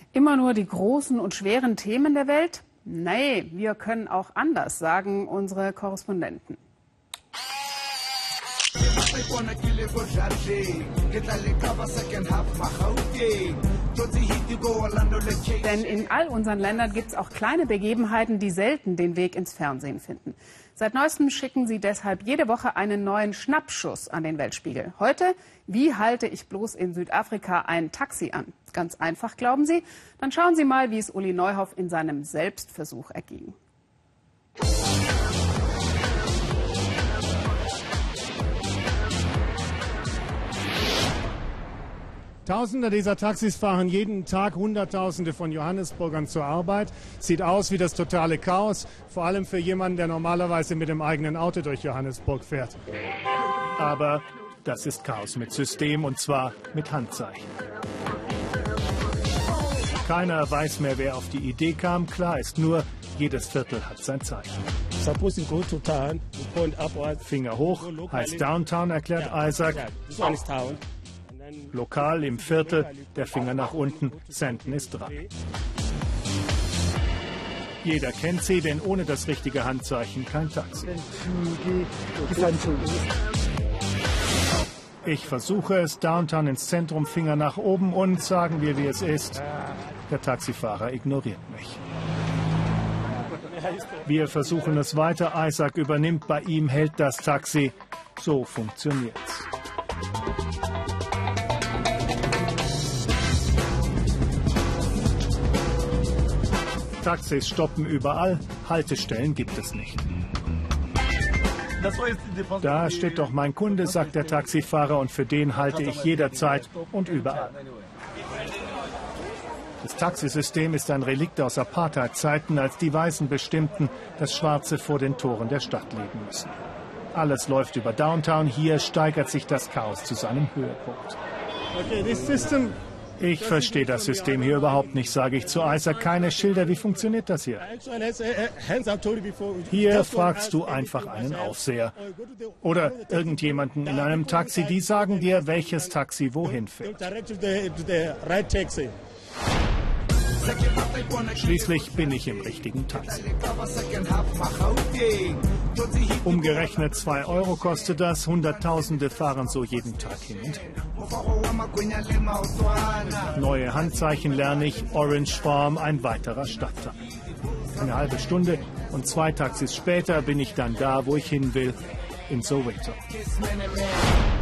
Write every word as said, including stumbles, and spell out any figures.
Immer nur die großen und schweren Themen der Welt? Nee, wir können auch anders, sagen unsere Korrespondenten. Denn in all unseren Ländern gibt es auch kleine Begebenheiten, die selten den Weg ins Fernsehen finden. Seit neuestem schicken sie deshalb jede Woche einen neuen Schnappschuss an den Weltspiegel. Heute, wie halte ich bloß in Südafrika ein Taxi an? Ganz einfach, glauben Sie? Dann schauen Sie mal, wie es Uli Neuhoff in seinem Selbstversuch erging. Tausende dieser Taxis fahren jeden Tag Hunderttausende von Johannesburgern zur Arbeit. Sieht aus wie das totale Chaos, vor allem für jemanden, der normalerweise mit dem eigenen Auto durch Johannesburg fährt. Aber das ist Chaos mit System, und zwar mit Handzeichen. Keiner weiß mehr, wer auf die Idee kam. Klar ist nur, jedes Viertel hat sein Zeichen. Finger hoch heißt Downtown, erklärt Isaac. Lokal im Viertel, der Finger nach unten, Sandton ist dran. Jeder kennt sie, denn ohne das richtige Handzeichen kein Taxi. Ich versuche es, Downtown ins Zentrum, Finger nach oben und, sagen wir wie es ist, der Taxifahrer ignoriert mich. Wir versuchen es weiter, Isaac übernimmt, bei ihm hält das Taxi. So funktioniert's. Taxis stoppen überall, Haltestellen gibt es nicht. Da steht doch mein Kunde, sagt der Taxifahrer, und für den halte ich jederzeit und überall. Das Taxisystem ist ein Relikt aus Apartheid-Zeiten, als die Weißen bestimmten, dass Schwarze vor den Toren der Stadt leben müssen. Alles läuft über Downtown, hier steigert sich das Chaos zu seinem Höhepunkt. Ich verstehe das System hier überhaupt nicht, sage ich zu Isaac. Keine Schilder, wie funktioniert das hier? Hier fragst du einfach einen Aufseher oder irgendjemanden in einem Taxi, die sagen dir, welches Taxi wohin fährt. Schließlich bin ich im richtigen Taxi. Umgerechnet zwei Euro kostet das. Hunderttausende fahren so jeden Tag hin und her. Neue Handzeichen lerne ich. Orange Farm, ein weiterer Stadtteil. Eine halbe Stunde und zwei Taxis später bin ich dann da, wo ich hin will, in Soweto.